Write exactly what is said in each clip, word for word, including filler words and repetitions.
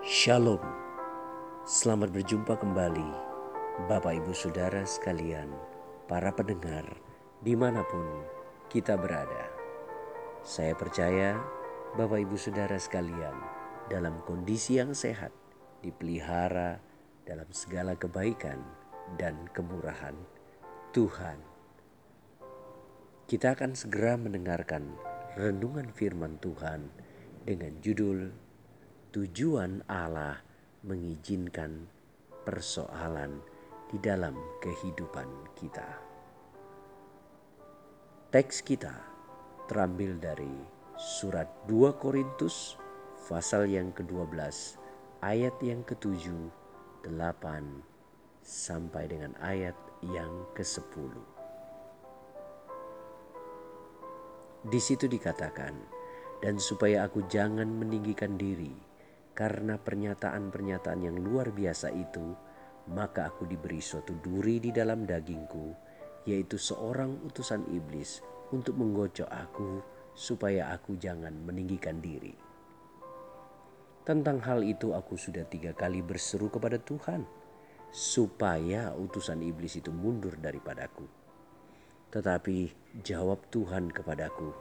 Shalom, selamat berjumpa kembali Bapak Ibu Saudara sekalian, para pendengar dimanapun kita berada. Saya percaya Bapak Ibu Saudara sekalian dalam kondisi yang sehat, dipelihara dalam segala kebaikan dan kemurahan Tuhan. Kita akan segera mendengarkan renungan firman Tuhan dengan judul Tujuan Allah mengizinkan persoalan di dalam kehidupan kita. Teks kita terambil dari surat dua Korintus pasal yang kedua belas ayat yang ketujuh, delapan sampai dengan ayat yang kesepuluh. Di situ dikatakan, dan supaya aku jangan meninggikan diri karena pernyataan-pernyataan yang luar biasa itu, maka aku diberi suatu duri di dalam dagingku, yaitu seorang utusan iblis untuk menggocok aku supaya aku jangan meninggikan diri. Tentang hal itu aku sudah tiga kali berseru kepada Tuhan, supaya utusan iblis itu mundur daripadaku. Tetapi jawab Tuhan kepadaku,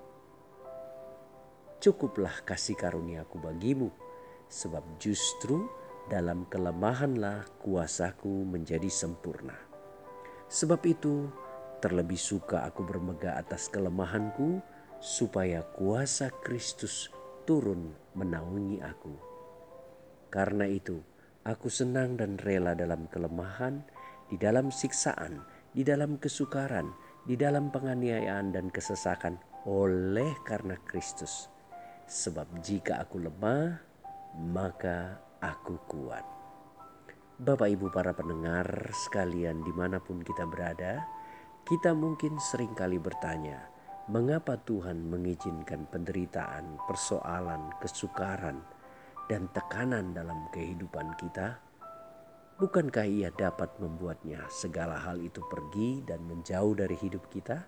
cukuplah kasih karuniaku bagimu, sebab justru dalam kelemahanlah kuasaku menjadi sempurna. Sebab itu terlebih suka aku bermegah atas kelemahanku, supaya kuasa Kristus turun menaungi aku. Karena itu aku senang dan rela dalam kelemahan, di dalam siksaan, di dalam kesukaran, di dalam penganiayaan dan kesesakan oleh karena Kristus. Sebab jika aku lemah, maka aku kuat. Bapak Ibu para pendengar sekalian dimanapun kita berada, kita mungkin seringkali bertanya, mengapa Tuhan mengizinkan penderitaan, persoalan, kesukaran, dan tekanan dalam kehidupan kita? Bukankah Ia dapat membuatnya segala hal itu pergi dan menjauh dari hidup kita?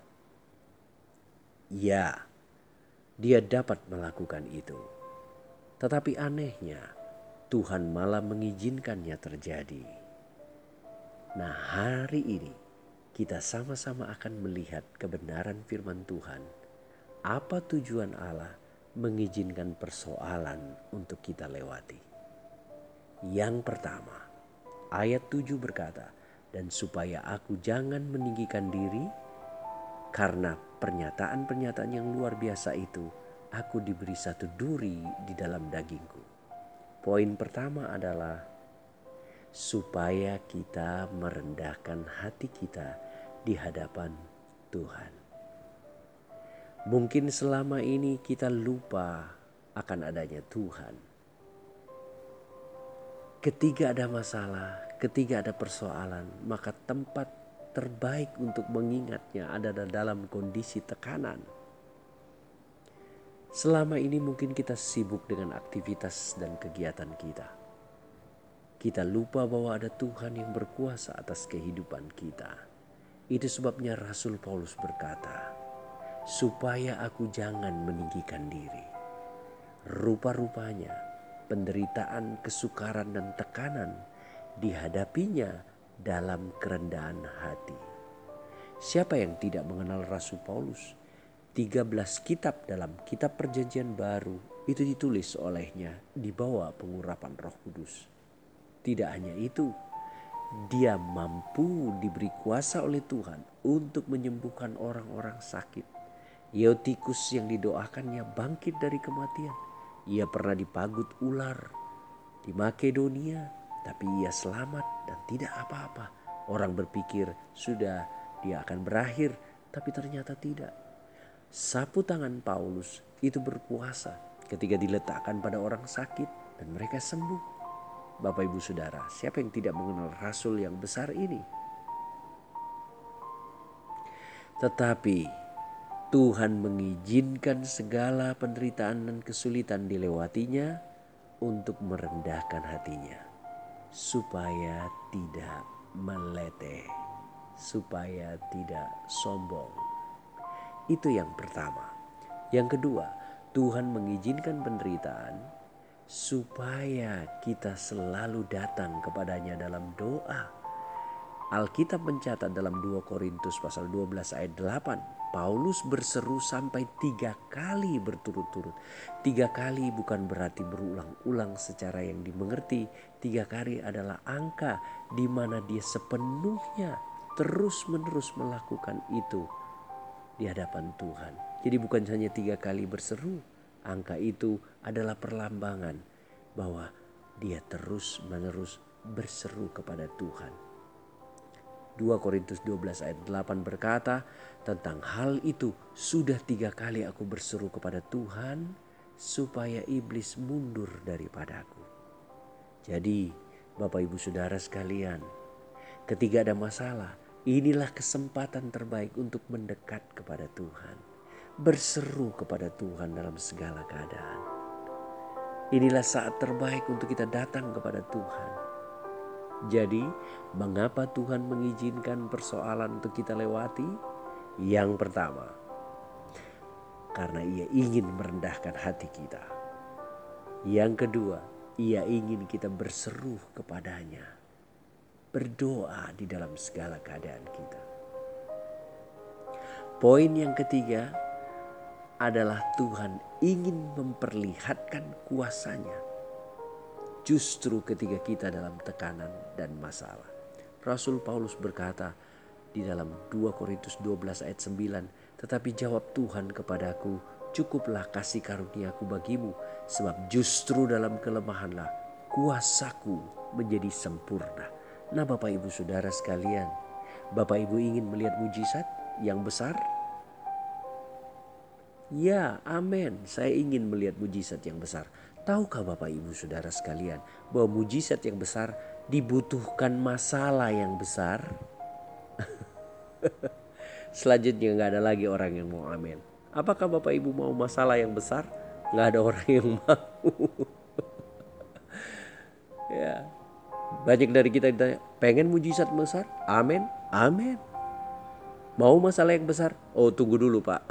Ya, Dia dapat melakukan itu. Tetapi anehnya, Tuhan malah mengizinkannya terjadi. Nah, hari ini kita sama-sama akan melihat kebenaran firman Tuhan. Apa tujuan Allah mengizinkan persoalan untuk kita lewati? Yang pertama, ayat tujuh berkata, dan supaya aku jangan meninggikan diri, karena pernyataan-pernyataan yang luar biasa itu, aku diberi satu duri di dalam dagingku. Poin pertama adalah supaya kita merendahkan hati kita di hadapan Tuhan. Mungkin selama ini kita lupa akan adanya Tuhan. Ketika ada masalah, ketika ada persoalan, maka tempat terbaik untuk mengingatnya adalah dalam kondisi tekanan. Selama ini mungkin kita sibuk dengan aktivitas dan kegiatan kita. Kita lupa bahwa ada Tuhan yang berkuasa atas kehidupan kita. Itu sebabnya Rasul Paulus berkata, supaya aku jangan meninggikan diri. Rupa-rupanya penderitaan, kesukaran, dan tekanan dihadapinya dalam kerendahan hati. Siapa yang tidak mengenal Rasul Paulus? tiga belas kitab dalam kitab Perjanjian Baru itu ditulis olehnya di bawah pengurapan Roh Kudus. Tidak hanya itu, dia mampu diberi kuasa oleh Tuhan untuk menyembuhkan orang-orang sakit. Eutikus yang didoakannya bangkit dari kematian. Ia pernah dipagut ular di Makedonia, tapi ia selamat dan tidak apa-apa. Orang berpikir sudah dia akan berakhir, tapi ternyata tidak. Sapu tangan Paulus itu berkuasa ketika diletakkan pada orang sakit dan mereka sembuh. Bapak Ibu Saudara, siapa yang tidak mengenal Rasul yang besar ini? Tetapi Tuhan mengizinkan segala penderitaan dan kesulitan dilewatinya untuk merendahkan hatinya, supaya tidak meleleh, supaya tidak sombong. Itu yang pertama. Yang kedua, Tuhan mengizinkan penderitaan supaya kita selalu datang kepadanya dalam doa. Alkitab mencatat dalam dua Korintus pasal dua belas ayat delapan, Paulus berseru sampai tiga kali berturut-turut. Tiga kali bukan berarti berulang-ulang secara yang dimengerti. Tiga kali adalah angka di mana dia sepenuhnya terus-menerus melakukan itu di hadapan Tuhan. Jadi bukan hanya tiga kali berseru, angka itu adalah perlambangan bahwa dia terus-menerus berseru kepada Tuhan. dua Korintus dua belas ayat delapan berkata, tentang hal itu sudah tiga kali aku berseru kepada Tuhan supaya iblis mundur daripadaku. Jadi Bapak Ibu Saudara sekalian, ketika ada masalah, inilah kesempatan terbaik untuk mendekat kepada Tuhan. Berseru kepada Tuhan dalam segala keadaan. Inilah saat terbaik untuk kita datang kepada Tuhan. Jadi, mengapa Tuhan mengizinkan persoalan untuk kita lewati? Yang pertama, karena Ia ingin merendahkan hati kita. Yang kedua, Ia ingin kita berseru kepadanya, berdoa di dalam segala keadaan kita. Poin yang ketiga adalah Tuhan ingin memperlihatkan kuasa-Nya justru ketika kita dalam tekanan dan masalah. Rasul Paulus berkata di dalam dua Korintus dua belas ayat sembilan, tetapi jawab Tuhan kepadaku, cukuplah kasih karuniaku bagimu, sebab justru dalam kelemahanlah kuasaku menjadi sempurna. Nah Bapak Ibu Saudara sekalian, Bapak Ibu ingin melihat mujizat yang besar? Ya, amin. Saya ingin melihat mujizat yang besar. Tahukah Bapak Ibu Saudara sekalian bahwa mujizat yang besar dibutuhkan masalah yang besar? Selanjutnya gak ada lagi orang yang mau amin. Apakah Bapak Ibu mau masalah yang besar? Gak ada orang yang mau. Ya, banyak dari kita ditanya, pengen mujizat besar? Amin, amin. Mau masalah yang besar? Oh tunggu dulu Pak.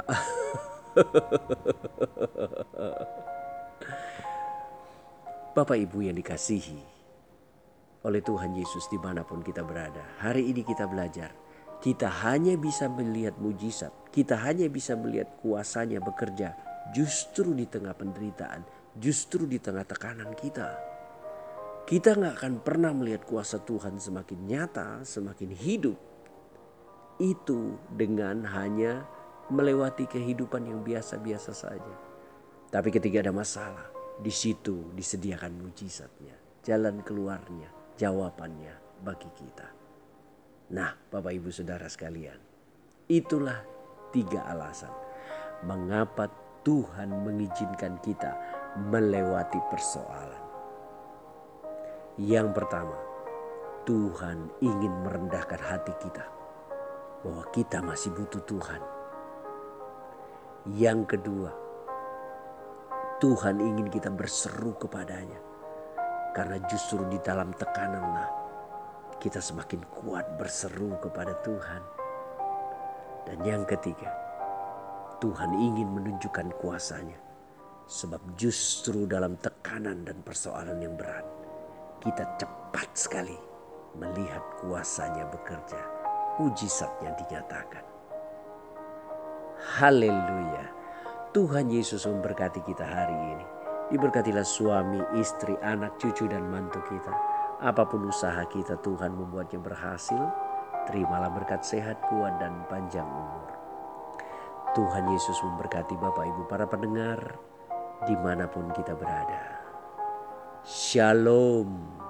Bapak Ibu yang dikasihi oleh Tuhan Yesus dimanapun kita berada. Hari ini kita belajar. Kita hanya bisa melihat mujizat. Kita hanya bisa melihat kuasa-Nya bekerja justru di tengah penderitaan. Justru di tengah tekanan kita. Kita gak akan pernah melihat kuasa Tuhan semakin nyata, semakin hidup. Itu dengan hanya melewati kehidupan yang biasa-biasa saja. Tapi ketika ada masalah, di situ disediakan mujizatnya, jalan keluarnya, jawabannya bagi kita. Nah Bapak Ibu Saudara sekalian, itulah tiga alasan mengapa Tuhan mengizinkan kita melewati persoalan. Yang pertama, Tuhan ingin merendahkan hati kita bahwa kita masih butuh Tuhan. Yang kedua, Tuhan ingin kita berseru kepadanya. Karena justru di dalam tekananlah kita semakin kuat berseru kepada Tuhan. Dan yang ketiga, Tuhan ingin menunjukkan kuasa-Nya. Sebab justru dalam tekanan dan persoalan yang berat, kita cepat sekali melihat kuasa-Nya bekerja. Mujizat-Nya dinyatakan. Haleluya. Tuhan Yesus memberkati kita hari ini. Diberkatilah suami, istri, anak, cucu dan mantu kita. Apapun usaha kita, Tuhan membuatnya berhasil. Terimalah berkat sehat, kuat dan panjang umur. Tuhan Yesus memberkati Bapak Ibu para pendengar dimanapun kita berada. Shalom.